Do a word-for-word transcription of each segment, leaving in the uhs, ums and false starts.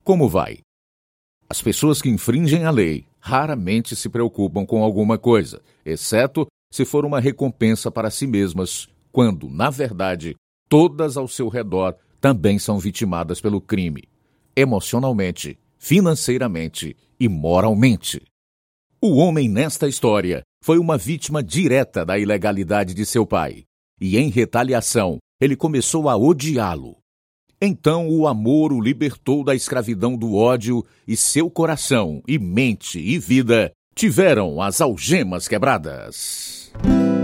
Como vai? As pessoas que infringem a lei raramente se preocupam com alguma coisa, exceto se for uma recompensa para si mesmas, quando, na verdade, todas ao seu redor também são vitimadas pelo crime, emocionalmente, financeiramente e moralmente. O homem nesta história foi uma vítima direta da ilegalidade de seu pai, e em retaliação, ele começou a odiá-lo. Então o amor o libertou da escravidão do ódio e seu coração e mente e vida tiveram as algemas quebradas.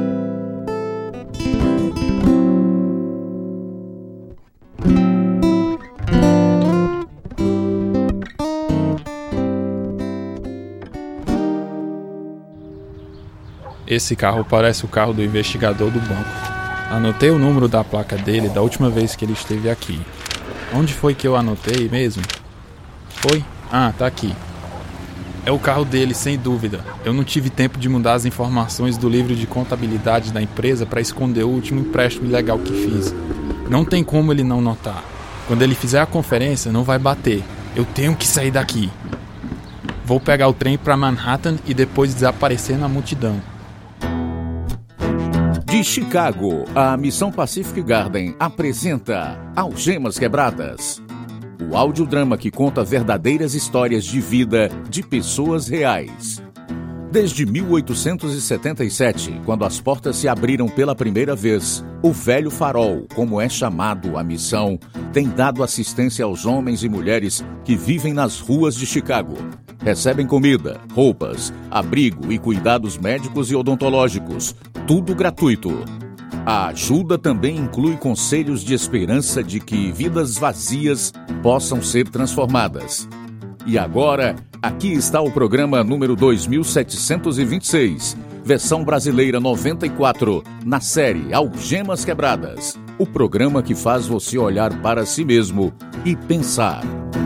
Esse carro parece o carro do investigador do banco. Anotei o número da placa dele da última vez que ele esteve aqui. Onde foi que eu anotei mesmo? Foi? Ah, tá aqui. É o carro dele, sem dúvida. Eu não tive tempo de mudar as informações do livro de contabilidade da empresa para esconder o último empréstimo ilegal que fiz. Não tem como ele não notar. Quando ele fizer a conferência, não vai bater. Eu tenho que sair daqui. Vou pegar o trem para Manhattan e depois desaparecer na multidão. De Chicago, a Missão Pacific Garden apresenta Algemas Quebradas. O audiodrama que conta verdadeiras histórias de vida de pessoas reais. Desde mil oitocentos e setenta e sete, quando as portas se abriram pela primeira vez, o Velho Farol, como é chamado a missão, tem dado assistência aos homens e mulheres que vivem nas ruas de Chicago. Recebem comida, roupas, abrigo e cuidados médicos e odontológicos, tudo gratuito. A ajuda também inclui conselhos de esperança de que vidas vazias possam ser transformadas. E agora, aqui está o programa número dois mil setecentos e vinte e seis, versão brasileira noventa e quatro, na série Algemas Quebradas. O programa que faz você olhar para si mesmo e pensar.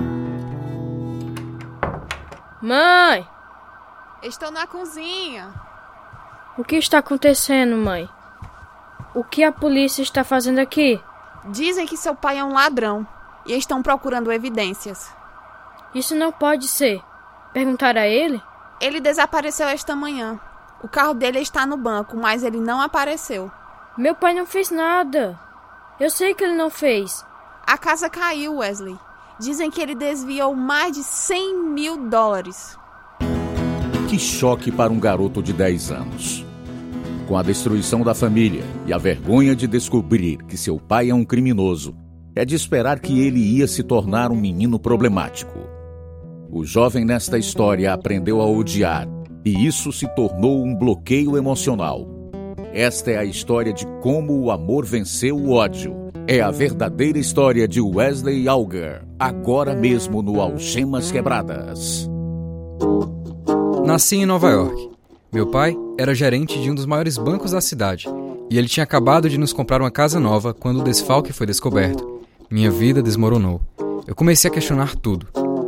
Mãe! Estou na cozinha. O que está acontecendo, mãe? O que a polícia está fazendo aqui? Dizem que seu pai é um ladrão e estão procurando evidências. Isso não pode ser. Perguntar a ele? Ele desapareceu esta manhã. O carro dele está no banco, mas ele não apareceu. Meu pai não fez nada. Eu sei que ele não fez. A casa caiu, Wesley. Dizem que ele desviou mais de cem mil dólares. Que choque para um garoto de dez anos. Com a destruição da família e a vergonha de descobrir que seu pai é um criminoso, é de esperar que ele ia se tornar um menino problemático. O jovem nesta história aprendeu a odiar, e isso se tornou um bloqueio emocional. Esta é a história de como o amor venceu o ódio. É a verdadeira história de Wesley Auger, agora mesmo no Algemas Quebradas. Nasci em Nova York. Meu pai era gerente de um dos maiores bancos da cidade, e ele tinha acabado de nos comprar uma casa nova quando o desfalque foi descoberto. Minha vida desmoronou. Eu comecei a questionar tudo.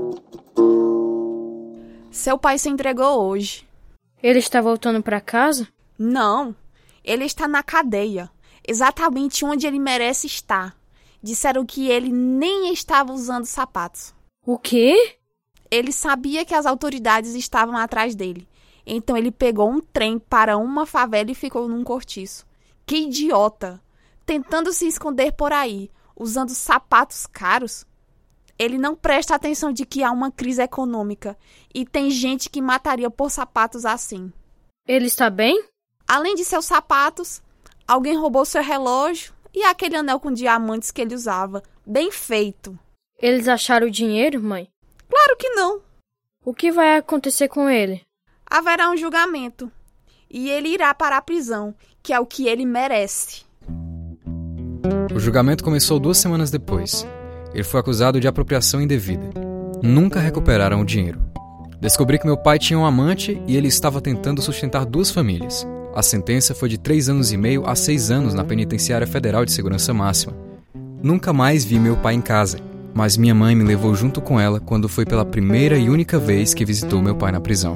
Seu pai se entregou hoje. Ele está voltando para casa? Não, ele está na cadeia. Exatamente onde ele merece estar. Disseram que ele nem estava usando sapatos. O quê? Ele sabia que as autoridades estavam atrás dele. Então ele pegou um trem para uma favela e ficou num cortiço. Que idiota! Tentando se esconder por aí, usando sapatos caros. Ele não presta atenção de que há uma crise econômica e tem gente que mataria por sapatos assim. Ele está bem? Além de seus sapatos, alguém roubou seu relógio e aquele anel com diamantes que ele usava. Bem feito. Eles acharam o dinheiro, mãe? Claro que não. O que vai acontecer com ele? Haverá um julgamento. E ele irá para a prisão, que é o que ele merece. O julgamento começou duas semanas depois. Ele foi acusado de apropriação indevida. Nunca recuperaram o dinheiro. Descobri que meu pai tinha um amante e ele estava tentando sustentar duas famílias. A sentença foi de três anos e meio a seis anos na Penitenciária Federal de Segurança Máxima. Nunca mais vi meu pai em casa, mas minha mãe me levou junto com ela quando foi pela primeira e única vez que visitou meu pai na prisão.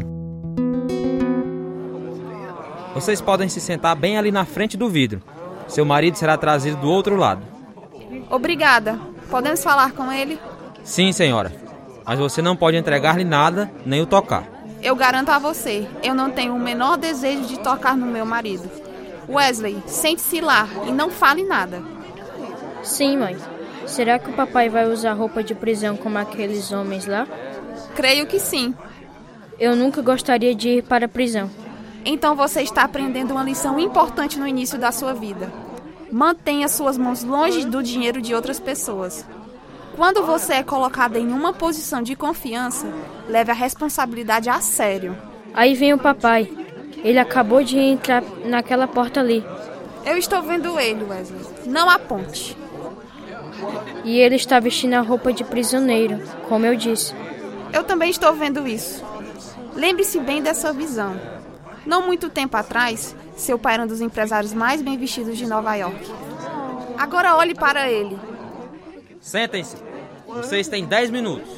Vocês podem se sentar bem ali na frente do vidro. Seu marido será trazido do outro lado. Obrigada. Podemos falar com ele? Sim, senhora. mas você não pode entregar-lhe nada, nem o tocar. Eu garanto a você, eu não tenho o menor desejo de tocar no meu marido. Wesley, sente-se lá e não fale nada. Sim, mãe. Será que o papai vai usar roupa de prisão como aqueles homens lá? Creio que sim. Eu nunca gostaria de ir para a prisão. Então você está aprendendo uma lição importante no início da sua vida. Mantenha suas mãos longe do dinheiro de outras pessoas. Quando você é colocado em uma posição de confiança, leve a responsabilidade a sério. Aí vem o papai. Ele acabou de entrar naquela porta ali. Eu estou vendo ele, Wesley. Não aponte. E ele está vestindo a roupa de prisioneiro, como eu disse. Eu também estou vendo isso. Lembre-se bem dessa visão. Não muito tempo atrás, seu pai era um dos empresários mais bem vestidos de Nova York. Agora olhe para ele. Sentem-se. Vocês têm dez minutos.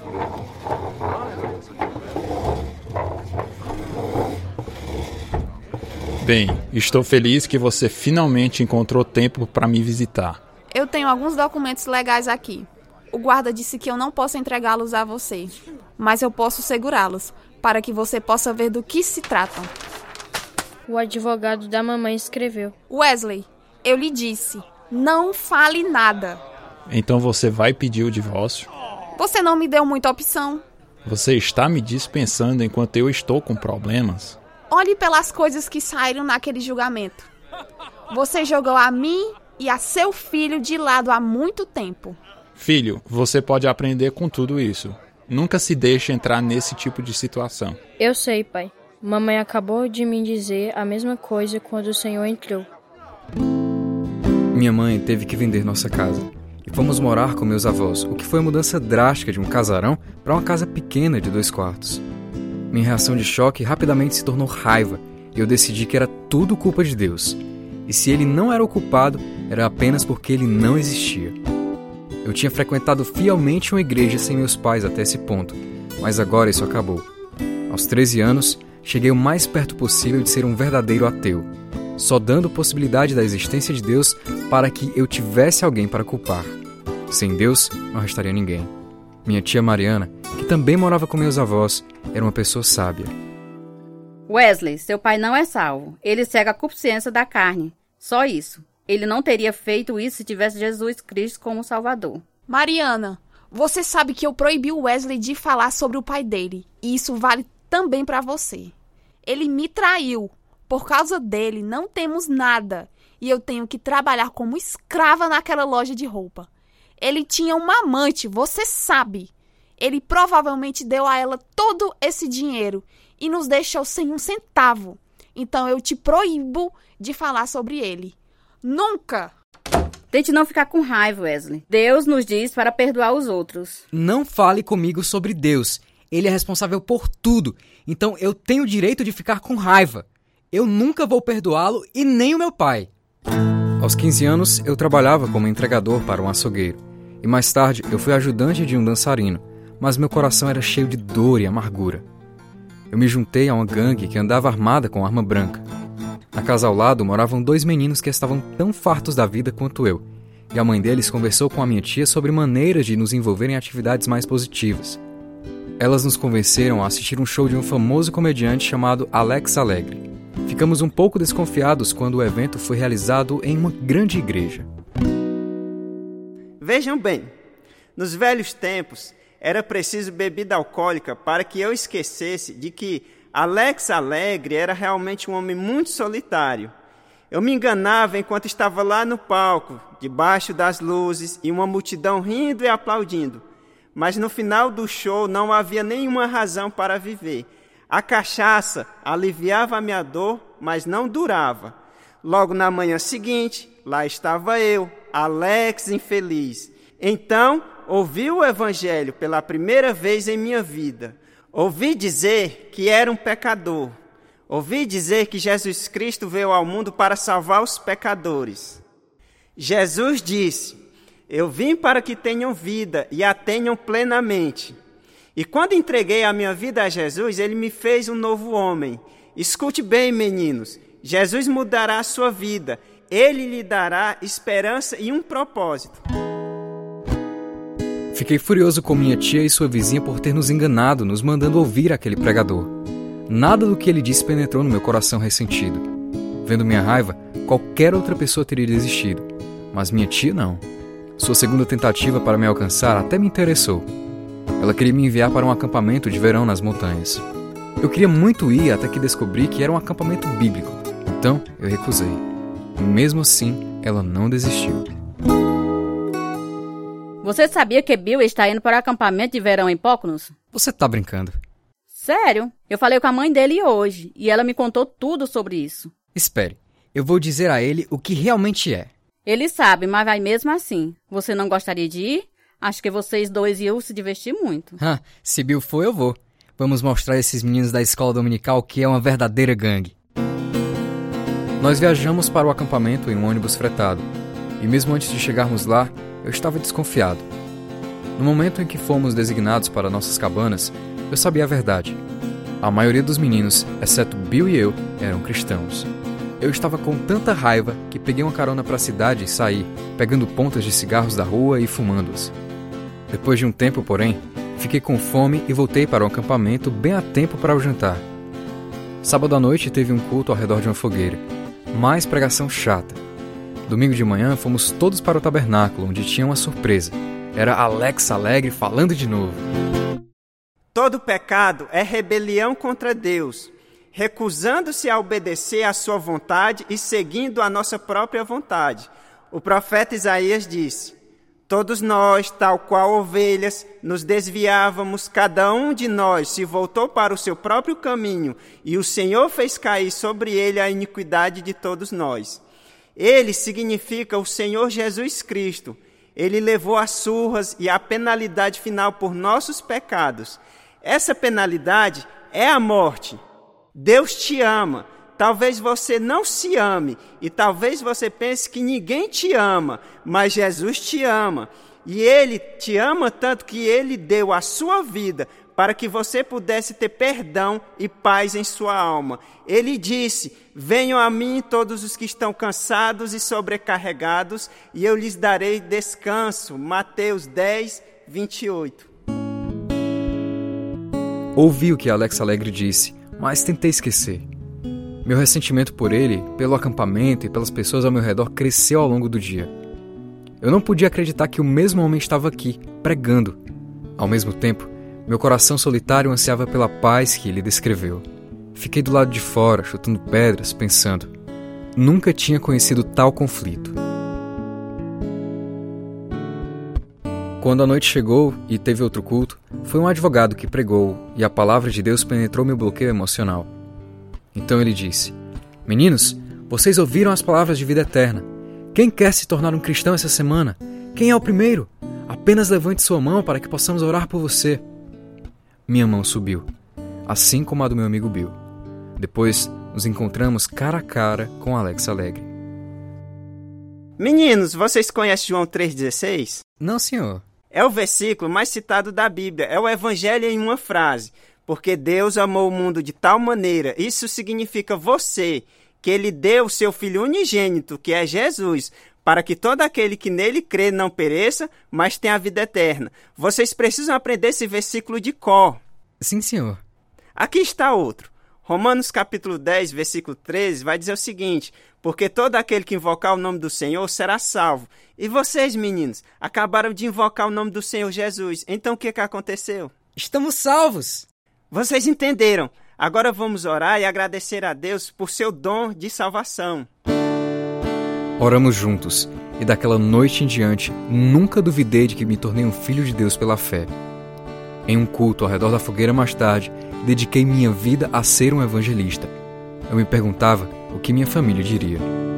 Bem, estou feliz que você finalmente encontrou tempo para me visitar. Eu tenho alguns documentos legais aqui. O guarda disse que eu não posso entregá-los a você, mas eu posso segurá-los, para que você possa ver do que se tratam. O advogado da mamãe escreveu. Wesley, eu lhe disse, não fale nada. Então você vai pedir o divórcio? Você não me deu muita opção. Você está me dispensando enquanto eu estou com problemas? Olhe pelas coisas que saíram naquele julgamento. Você jogou a mim e a seu filho de lado há muito tempo. Filho, você pode aprender com tudo isso. Nunca se deixe entrar nesse tipo de situação. Eu sei, pai. Mamãe acabou de me dizer a mesma coisa quando o senhor entrou. Minha mãe teve que vender nossa casa. E fomos morar com meus avós, o que foi a mudança drástica de um casarão para uma casa pequena de dois quartos. Minha reação de choque rapidamente se tornou raiva e eu decidi que era tudo culpa de Deus. E se ele não era o culpado, era apenas porque ele não existia. Eu tinha frequentado fielmente uma igreja sem meus pais até esse ponto, mas agora isso acabou. Aos treze anos, cheguei o mais perto possível de ser um verdadeiro ateu, só dando possibilidade da existência de Deus para que eu tivesse alguém para culpar. Sem Deus, não restaria ninguém. Minha tia Mariana, que também morava com meus avós, era uma pessoa sábia. Wesley, seu pai não é salvo. Ele segue a consciência da carne. Só isso. Ele não teria feito isso se tivesse Jesus Cristo como Salvador. Mariana, você sabe que eu proibi o Wesley de falar sobre o pai dele. E isso vale também para você. Ele me traiu. Por causa dele, não temos nada. E eu tenho que trabalhar como escrava naquela loja de roupa. Ele tinha uma amante, você sabe. Ele provavelmente deu a ela todo esse dinheiro e nos deixou sem um centavo. Então eu te proíbo de falar sobre ele. Nunca! Tente não ficar com raiva, Wesley. Deus nos diz para perdoar os outros. Não fale comigo sobre Deus. Ele é responsável por tudo. Então eu tenho o direito de ficar com raiva. Eu nunca vou perdoá-lo e nem o meu pai. Aos quinze anos, eu trabalhava como entregador para um açougueiro. E mais tarde, eu fui ajudante de um dançarino. Mas meu coração era cheio de dor e amargura. Eu me juntei a uma gangue que andava armada com arma branca. Na casa ao lado moravam dois meninos que estavam tão fartos da vida quanto eu. E a mãe deles conversou com a minha tia sobre maneiras de nos envolver em atividades mais positivas. Elas nos convenceram a assistir um show de um famoso comediante chamado Alex Alegre. Ficamos um pouco desconfiados quando o evento foi realizado em uma grande igreja. Vejam bem, nos velhos tempos era preciso bebida alcoólica para que eu esquecesse de que Alex Alegre era realmente um homem muito solitário. Eu me enganava enquanto estava lá no palco, debaixo das luzes e uma multidão rindo e aplaudindo. Mas no final do show não havia nenhuma razão para viver. A cachaça aliviava a minha dor, mas não durava. Logo na manhã seguinte, lá estava eu, Alex infeliz. Então, ouvi o evangelho pela primeira vez em minha vida. Ouvi dizer que era um pecador. Ouvi dizer que Jesus Cristo veio ao mundo para salvar os pecadores. Jesus disse: eu vim para que tenham vida e a tenham plenamente. E quando entreguei a minha vida a Jesus, ele me fez um novo homem. Escute bem, meninos, Jesus mudará a sua vida. Ele lhe dará esperança e um propósito. Fiquei furioso com minha tia e sua vizinha por ter nos enganado, nos mandando ouvir aquele pregador. Nada do que ele disse penetrou no meu coração ressentido. Vendo minha raiva, qualquer outra pessoa teria desistido, mas minha tia não. Sua segunda tentativa para me alcançar até me interessou. Ela queria me enviar para um acampamento de verão nas montanhas. Eu queria muito ir até que descobri que era um acampamento bíblico, então eu recusei. Mesmo assim, ela não desistiu. Você sabia que Bill está indo para o acampamento de verão em Poconos? Você tá brincando? Sério? Eu falei com a mãe dele hoje e ela me contou tudo sobre isso. Espere, eu vou dizer a ele o que realmente é. Ele sabe, mas vai mesmo assim. Você não gostaria de ir? Acho que vocês dois iam se divertir muito. Ah, se Bill for, eu vou. Vamos mostrar a esses meninos da escola dominical que é uma verdadeira gangue. Nós viajamos para o acampamento em um ônibus fretado. E mesmo antes de chegarmos lá, eu estava desconfiado. No momento em que fomos designados para nossas cabanas, eu sabia a verdade. A maioria dos meninos, exceto Bill e eu, eram cristãos. Eu estava com tanta raiva que peguei uma carona para a cidade e saí, pegando pontas de cigarros da rua e fumando-os. Depois de um tempo, porém, fiquei com fome e voltei para o acampamento bem a tempo para o jantar. Sábado à noite teve um culto ao redor de uma fogueira. Mais pregação chata. Domingo de manhã fomos todos para o tabernáculo, onde tinha uma surpresa. Era Alex Alegre falando de novo. Todo pecado é rebelião contra Deus, recusando-se a obedecer à sua vontade e seguindo a nossa própria vontade. O profeta Isaías disse: todos nós, tal qual ovelhas, nos desviávamos, cada um de nós se voltou para o seu próprio caminho, e o Senhor fez cair sobre ele a iniquidade de todos nós. Ele significa o Senhor Jesus Cristo. Ele levou as surras e a penalidade final por nossos pecados. Essa penalidade é a morte. Deus te ama. Talvez você não se ame e talvez você pense que ninguém te ama, mas Jesus te ama. E Ele te ama tanto que Ele deu a sua vida para que você pudesse ter perdão e paz em sua alma. Ele disse: venham a mim todos os que estão cansados e sobrecarregados, e eu lhes darei descanso. Mateus dez, vinte e oito. Ouvi o que Alex Alegre disse, mas tentei esquecer. Meu ressentimento por ele, pelo acampamento e pelas pessoas ao meu redor cresceu ao longo do dia. Eu não podia acreditar que o mesmo homem estava aqui, pregando. Ao mesmo tempo, meu coração solitário ansiava pela paz que ele descreveu. Fiquei do lado de fora, chutando pedras, pensando. Nunca tinha conhecido tal conflito. Quando a noite chegou e teve outro culto, foi um advogado que pregou e a palavra de Deus penetrou meu bloqueio emocional. Então ele disse: meninos, vocês ouviram as palavras de vida eterna. Quem quer se tornar um cristão essa semana? Quem é o primeiro? Apenas levante sua mão para que possamos orar por você. Minha mão subiu, assim como a do meu amigo Bill. Depois, nos encontramos cara a cara com Alex Alegre. Meninos, vocês conhecem João três dezesseis? Não, senhor. É o versículo mais citado da Bíblia. É o Evangelho em uma frase. Porque Deus amou o mundo de tal maneira, isso significa você, que Ele deu o seu Filho unigênito, que é Jesus, para que todo aquele que nele crê não pereça, mas tenha a vida eterna. Vocês precisam aprender esse versículo de cor. Sim, senhor. Aqui está outro. Romanos capítulo dez, versículo treze, vai dizer o seguinte: porque todo aquele que invocar o nome do Senhor será salvo. E vocês, meninos, acabaram de invocar o nome do Senhor Jesus. Então o que, que aconteceu? Estamos salvos! Vocês entenderam. Agora vamos orar e agradecer a Deus por seu dom de salvação. Oramos juntos, e daquela noite em diante, nunca duvidei de que me tornei um filho de Deus pela fé. Em um culto ao redor da fogueira mais tarde, dediquei minha vida a ser um evangelista. Eu me perguntava o que minha família diria.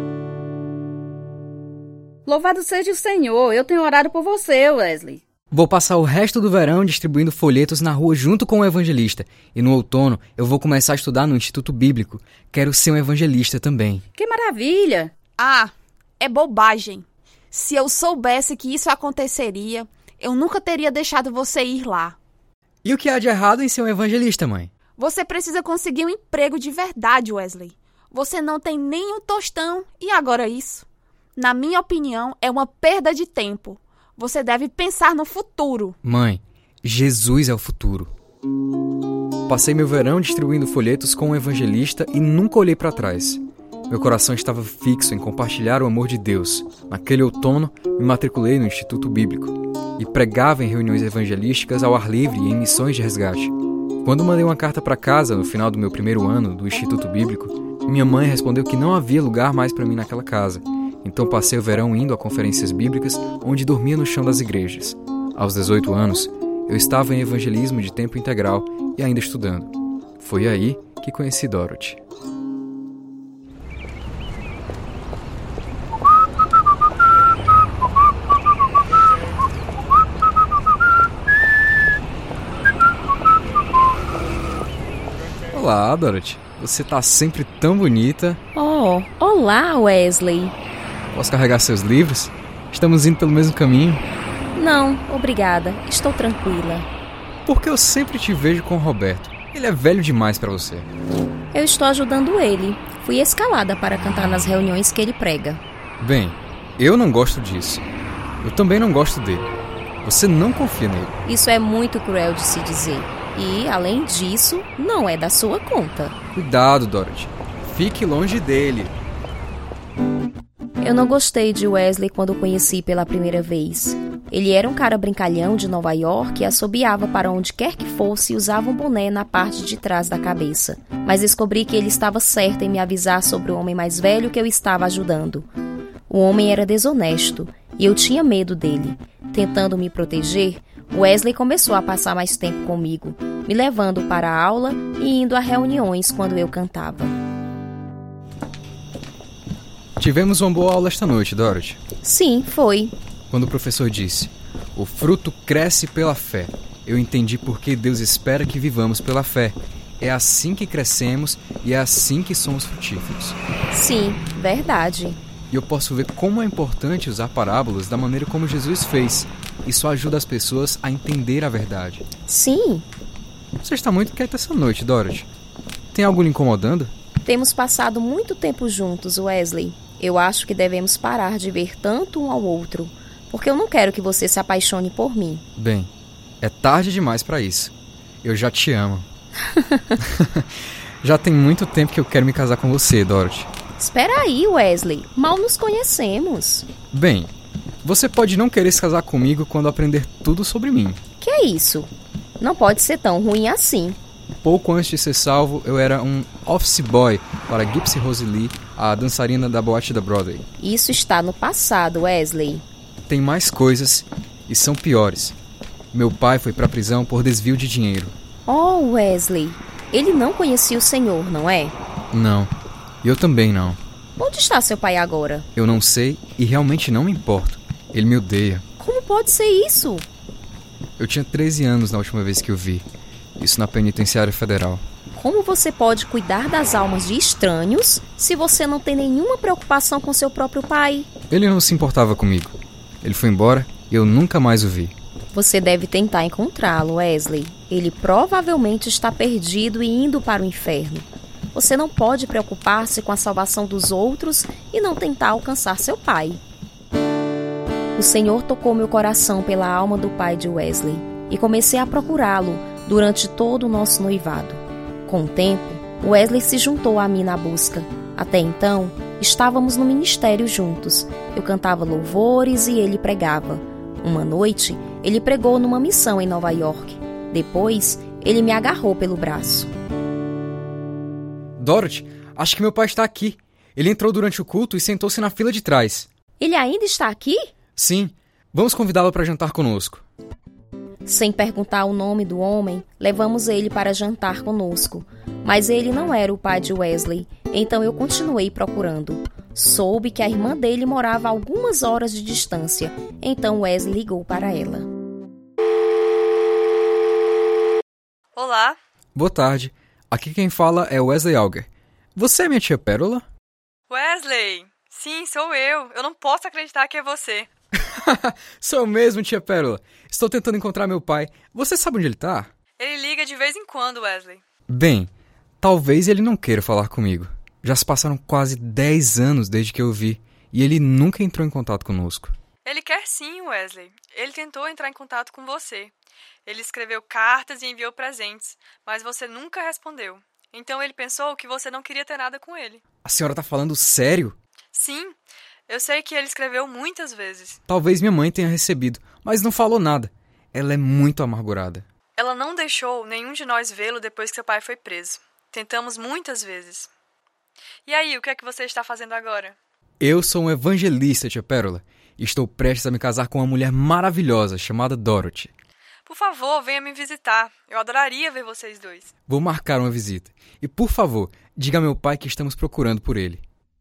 Louvado seja o Senhor, eu tenho orado por você, Wesley. Vou passar o resto do verão distribuindo folhetos na rua junto com o evangelista. E no outono eu vou começar a estudar no Instituto Bíblico. Quero ser um evangelista também. Que maravilha! Ah, é bobagem. Se eu soubesse que isso aconteceria, eu nunca teria deixado você ir lá. E o que há de errado em ser um evangelista, mãe? Você precisa conseguir um emprego de verdade, Wesley. Você não tem nem um tostão, e agora isso? Na minha opinião, é uma perda de tempo. Você deve pensar no futuro. Mãe, Jesus é o futuro. Passei meu verão distribuindo folhetos com um evangelista e nunca olhei para trás. Meu coração estava fixo em compartilhar o amor de Deus. Naquele outono, me matriculei no Instituto Bíblico e pregava em reuniões evangelísticas ao ar livre e em missões de resgate. Quando mandei uma carta para casa no final do meu primeiro ano do Instituto Bíblico, minha mãe respondeu que não havia lugar mais para mim naquela casa. Então passei o verão indo a conferências bíblicas, onde dormia no chão das igrejas. Aos dezoito anos, eu estava em evangelismo de tempo integral e ainda estudando. Foi aí que conheci Dorothy. Olá, Dorothy. Você tá sempre tão bonita. Oh, olá, Wesley. Posso carregar seus livros? Estamos indo pelo mesmo caminho. Não, obrigada. Estou tranquila. Porque eu sempre te vejo com o Roberto. Ele é velho demais pra você. Eu estou ajudando ele. Fui escalada para cantar nas reuniões que ele prega. Bem, eu não gosto disso. Eu também não gosto dele. Você não confia nele. Isso é muito cruel de se dizer. E, além disso, não é da sua conta. Cuidado, Dorothy. Fique longe dele. Eu não gostei de Wesley quando o conheci pela primeira vez. Ele era um cara brincalhão de Nova York e assobiava para onde quer que fosse e usava um boné na parte de trás da cabeça. Mas descobri que ele estava certo em me avisar sobre o homem mais velho que eu estava ajudando. O homem era desonesto e eu tinha medo dele. Tentando me proteger, Wesley começou a passar mais tempo comigo, me levando para a aula e indo a reuniões quando eu cantava. Tivemos uma boa aula esta noite, Dorothy. Sim, foi. Quando o professor disse, o fruto cresce pela fé, eu entendi por que Deus espera que vivamos pela fé. É assim que crescemos e é assim que somos frutíferos. Sim, verdade. E eu posso ver como é importante usar parábolas da maneira como Jesus fez. Isso ajuda as pessoas a entender a verdade. Sim. Você está muito quieta essa noite, Dorothy. Tem algo lhe incomodando? Temos passado muito tempo juntos, Wesley. Eu acho que devemos parar de ver tanto um ao outro, porque eu não quero que você se apaixone por mim. Bem, é tarde demais para isso. Eu já te amo. Já tem muito tempo que eu quero me casar com você, Dorothy. Espera aí, Wesley. Mal nos conhecemos. Bem, você pode não querer se casar comigo quando aprender tudo sobre mim. Que é isso? Não pode ser tão ruim assim. Pouco antes de ser salvo, eu era um office boy para Gypsy Rose Lee, a dançarina da boate da Broadway. Isso está no passado, Wesley. Tem mais coisas e são piores. Meu pai foi para a prisão por desvio de dinheiro. Oh, Wesley. Ele não conhecia o Senhor, não é? Não. E eu também não. Onde está seu pai agora? Eu não sei e realmente não me importo. Ele me odeia. Como pode ser isso? Eu tinha treze anos na última vez que o vi. Isso na penitenciária federal. Como você pode cuidar das almas de estranhos se você não tem nenhuma preocupação com seu próprio pai? Ele não se importava comigo. Ele foi embora e eu nunca mais o vi. Você deve tentar encontrá-lo, Wesley. Ele provavelmente está perdido e indo para o inferno. Você não pode preocupar-se com a salvação dos outros e não tentar alcançar seu pai. O Senhor tocou meu coração pela alma do pai de Wesley e comecei a procurá-lo durante todo o nosso noivado. Com o tempo, Wesley se juntou a mim na busca. Até então, estávamos no ministério juntos. Eu cantava louvores e ele pregava. Uma noite, ele pregou numa missão em Nova York. Depois, ele me agarrou pelo braço. Dorothy, acho que meu pai está aqui. Ele entrou durante o culto e sentou-se na fila de trás. Ele ainda está aqui? Sim. Vamos convidá-lo para jantar conosco. Sem perguntar o nome do homem, levamos ele para jantar conosco. Mas ele não era o pai de Wesley, então eu continuei procurando. Soube que a irmã dele morava a algumas horas de distância, então Wesley ligou para ela. Olá. Boa tarde. Aqui quem fala é Wesley Auger. Você é minha tia Pérola? Wesley! Sim, sou eu. Eu não posso acreditar que é você. Sou mesmo, tia Pérola. Estou tentando encontrar meu pai. Você sabe onde ele tá? Ele liga de vez em quando, Wesley. Bem, talvez ele não queira falar comigo. Já se passaram quase dez anos desde que eu o vi, e ele nunca entrou em contato conosco. Ele quer sim, Wesley. Ele tentou entrar em contato com você. Ele escreveu cartas e enviou presentes, mas você nunca respondeu. Então ele pensou que você não queria ter nada com ele. A senhora tá falando sério? Sim, eu sei que ele escreveu muitas vezes. Talvez minha mãe tenha recebido, mas não falou nada. Ela é muito amargurada. Ela não deixou nenhum de nós vê-lo depois que seu pai foi preso. Tentamos muitas vezes. E aí, o que é que você está fazendo agora? Eu sou um evangelista, tia Pérola. E estou prestes a me casar com uma mulher maravilhosa chamada Dorothy. Por favor, venha me visitar. Eu adoraria ver vocês dois. Vou marcar uma visita. E, por favor, diga a meu pai que estamos procurando por ele.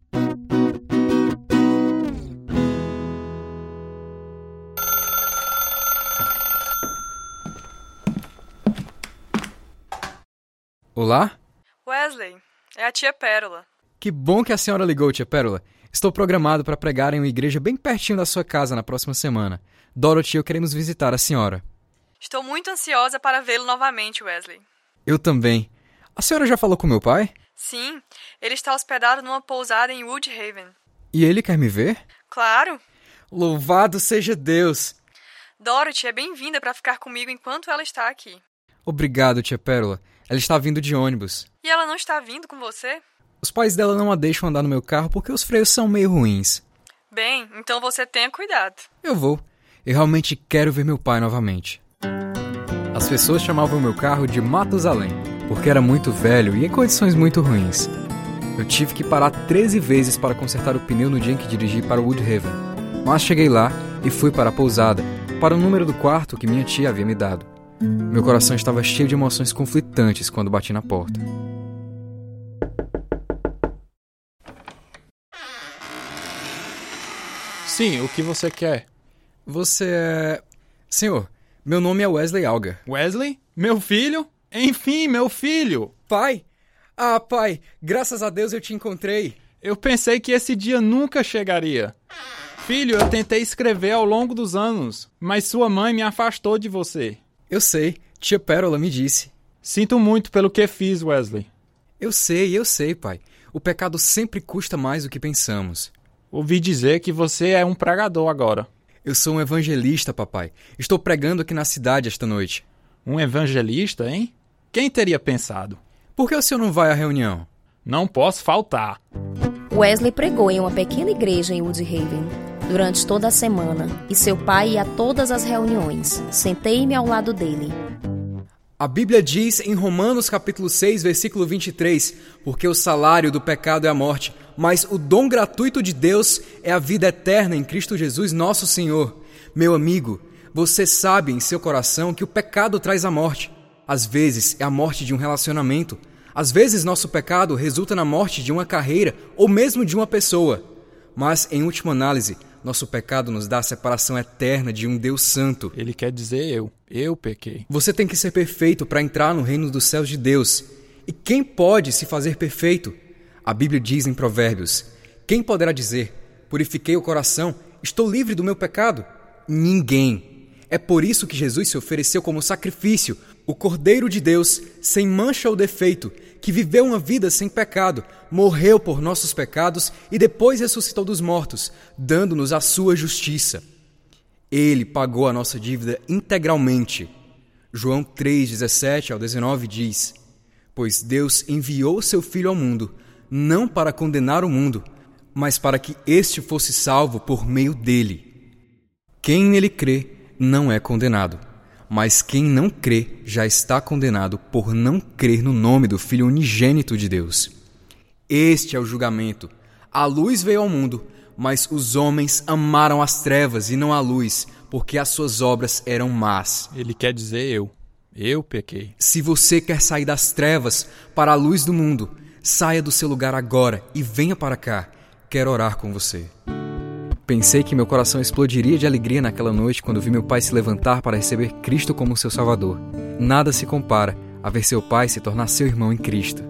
Olá? Wesley, é a tia Pérola. Que bom que a senhora ligou, tia Pérola. Estou programado para pregar em uma igreja bem pertinho da sua casa na próxima semana. Dorothy e eu queremos visitar a senhora. Estou muito ansiosa para vê-lo novamente, Wesley. Eu também. A senhora já falou com meu pai? Sim, ele está hospedado numa pousada em Woodhaven. E ele quer me ver? Claro. Louvado seja Deus! Dorothy é bem-vinda para ficar comigo enquanto ela está aqui. Obrigado, tia Pérola. Ela está vindo de ônibus. E ela não está vindo com você? Os pais dela não a deixam andar no meu carro porque os freios são meio ruins. Bem, então você tenha cuidado. Eu vou. Eu realmente quero ver meu pai novamente. As pessoas chamavam meu carro de Matusalém, porque era muito velho e em condições muito ruins. Eu tive que parar treze vezes para consertar o pneu no dia em que dirigi para Woodhaven. Mas cheguei lá e fui para a pousada, para o número do quarto que minha tia havia me dado. Meu coração estava cheio de emoções conflitantes quando bati na porta. Sim, o que você quer? Você é... Senhor, meu nome é Wesley Algar. Wesley? Meu filho? Enfim, meu filho! Pai? Ah, pai, graças a Deus eu te encontrei. Eu pensei que esse dia nunca chegaria. Filho, eu tentei escrever ao longo dos anos, mas sua mãe me afastou de você. Eu sei, tia Pérola me disse. Sinto muito pelo que fiz, Wesley. Eu sei, eu sei, pai. O pecado sempre custa mais do que pensamos. Ouvi dizer que você é um pregador agora. Eu sou um evangelista, papai. Estou pregando aqui na cidade esta noite. Um evangelista, hein? Quem teria pensado? Por que o senhor não vai à reunião? Não posso faltar. Wesley pregou em uma pequena igreja em Woodhaven durante toda a semana e seu pai ia a todas as reuniões. Sentei-me ao lado dele. A Bíblia diz em Romanos capítulo seis, versículo vinte e três, porque o salário do pecado é a morte, mas o dom gratuito de Deus é a vida eterna em Cristo Jesus, nosso Senhor. Meu amigo, você sabe em seu coração que o pecado traz a morte. Às vezes é a morte de um relacionamento. Às vezes nosso pecado resulta na morte de uma carreira ou mesmo de uma pessoa. Mas, em última análise, nosso pecado nos dá a separação eterna de um Deus santo. Ele quer dizer eu. Eu pequei. Você tem que ser perfeito para entrar no reino dos céus de Deus. E quem pode se fazer perfeito? A Bíblia diz em Provérbios: quem poderá dizer, purifiquei o coração, estou livre do meu pecado? Ninguém. É por isso que Jesus se ofereceu como sacrifício, o Cordeiro de Deus, sem mancha ou defeito, que viveu uma vida sem pecado, morreu por nossos pecados e depois ressuscitou dos mortos, dando-nos a sua justiça. Ele pagou a nossa dívida integralmente. João três, dezessete ao dezenove diz: pois Deus enviou seu Filho ao mundo, não para condenar o mundo, mas para que este fosse salvo por meio dele. Quem nele crê não é condenado, mas quem não crê já está condenado por não crer no nome do Filho unigênito de Deus. Este é o julgamento. A luz veio ao mundo, mas os homens amaram as trevas e não a luz, porque as suas obras eram más. Ele quer dizer eu. Eu pequei. Se você quer sair das trevas para a luz do mundo, saia do seu lugar agora e venha para cá. Quero orar com você. Pensei que meu coração explodiria de alegria naquela noite quando vi meu pai se levantar para receber Cristo como seu Salvador. Nada se compara a ver seu pai se tornar seu irmão em Cristo.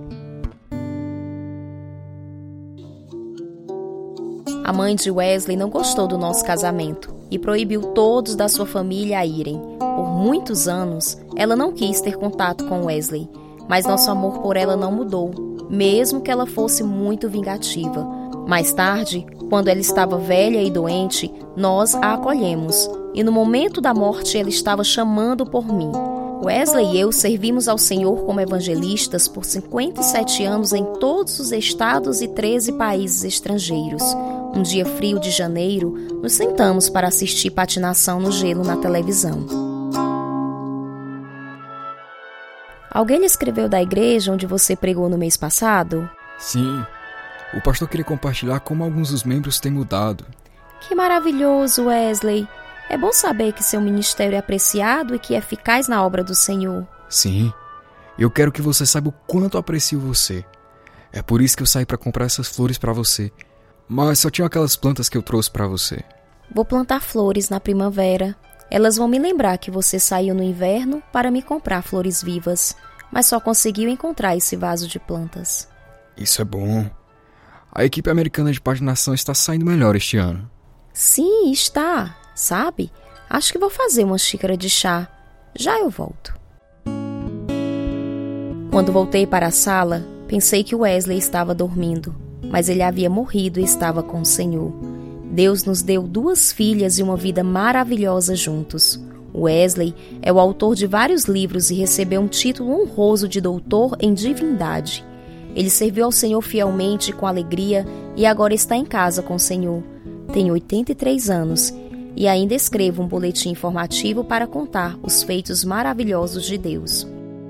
A mãe de Wesley não gostou do nosso casamento e proibiu todos da sua família a irem. Por muitos anos, ela não quis ter contato com Wesley, mas nosso amor por ela não mudou, mesmo que ela fosse muito vingativa. Mais tarde, quando ela estava velha e doente, nós a acolhemos, e no momento da morte ela estava chamando por mim. Wesley e eu servimos ao Senhor como evangelistas por cinquenta e sete anos em todos os estados e treze países estrangeiros. Um dia frio de janeiro, nos sentamos para assistir patinação no gelo na televisão. Alguém lhe escreveu da igreja onde você pregou no mês passado? Sim. O pastor queria compartilhar como alguns dos membros têm mudado. Que maravilhoso, Wesley. É bom saber que seu ministério é apreciado e que é eficaz na obra do Senhor. Sim. Eu quero que você saiba o quanto aprecio você. É por isso que eu saí para comprar essas flores para você. Mas só tinha aquelas plantas que eu trouxe para você. Vou plantar flores na primavera. Elas vão me lembrar que você saiu no inverno para me comprar flores vivas, mas só conseguiu encontrar esse vaso de plantas. Isso é bom. A equipe americana de patinação está saindo melhor este ano. Sim, está. Sabe? Acho que vou fazer uma xícara de chá. Já eu volto. Quando voltei para a sala, pensei que Wesley estava dormindo, mas ele havia morrido e estava com o Senhor. Deus nos deu duas filhas e uma vida maravilhosa juntos. Wesley é o autor de vários livros e recebeu um título honroso de doutor em divindade. Ele serviu ao Senhor fielmente, com alegria, e agora está em casa com o Senhor. Tem oitenta e três anos e ainda escrevo um boletim informativo para contar os feitos maravilhosos de Deus.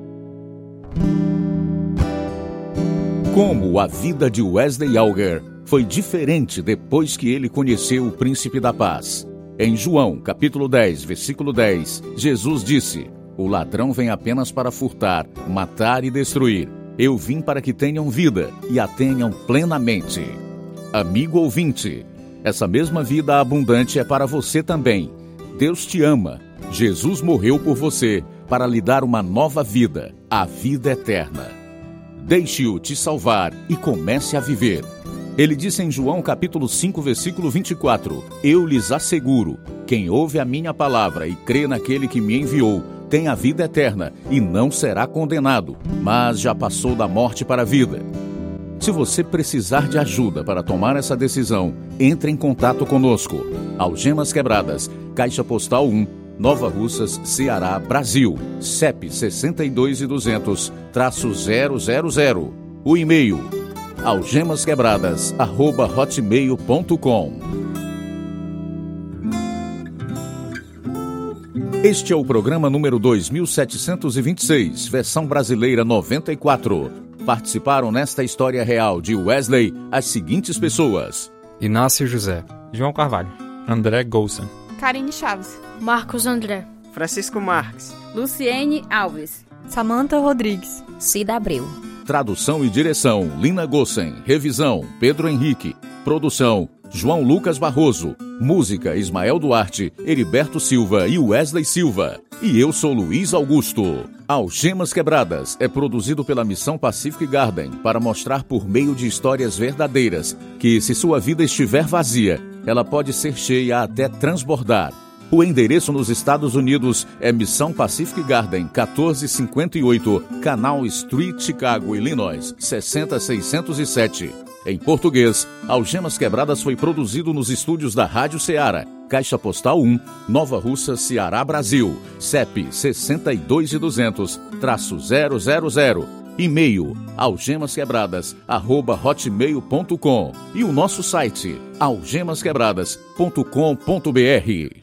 Como a vida de Wesley Auger foi diferente depois que ele conheceu o Príncipe da Paz. Em João, capítulo dez, versículo dez, Jesus disse: "O ladrão vem apenas para furtar, matar e destruir. Eu vim para que tenham vida e a tenham plenamente." Amigo ouvinte, essa mesma vida abundante é para você também. Deus te ama. Jesus morreu por você para lhe dar uma nova vida, a vida eterna. Deixe-o te salvar e comece a viver. Ele disse em João capítulo cinco, versículo vinte e quatro: "Eu lhes asseguro, quem ouve a minha palavra e crê naquele que me enviou, tem a vida eterna e não será condenado, mas já passou da morte para a vida." Se você precisar de ajuda para tomar essa decisão, entre em contato conosco. Algemas Quebradas, Caixa Postal um, Nova Russas, Ceará, Brasil. C E P sessenta e dois e duzentos, zero zero zero. O e-mail algemasquebradas arroba hotmail ponto com. Este é o programa número dois mil setecentos e vinte e seis, versão brasileira noventa e quatro. Participaram nesta história real de Wesley as seguintes pessoas: Inácio José, João Carvalho, André Golsan, Karine Chaves, Marcos André, Francisco Marques, Luciene Alves, Samanta Rodrigues, Cida Abreu. Tradução e direção, Lina Gossen. Revisão, Pedro Henrique. Produção, João Lucas Barroso. Música, Ismael Duarte, Heriberto Silva e Wesley Silva. E eu sou Luiz Augusto. Algemas Quebradas é produzido pela Missão Pacific Garden para mostrar por meio de histórias verdadeiras que, se sua vida estiver vazia, ela pode ser cheia até transbordar. O endereço nos Estados Unidos é Missão Pacific Garden, quatorze cinquenta e oito, Canal Street, Chicago, Illinois, sessenta mil seiscentos e sete. Em português, Algemas Quebradas foi produzido nos estúdios da Rádio Ceará, Caixa Postal um, Nova Russa, Ceará, Brasil. C E P sessenta e dois e duzentos, zero zero zero. E-mail algemasquebradas arroba hotmail ponto com. E o nosso site algemasquebradas ponto com ponto br.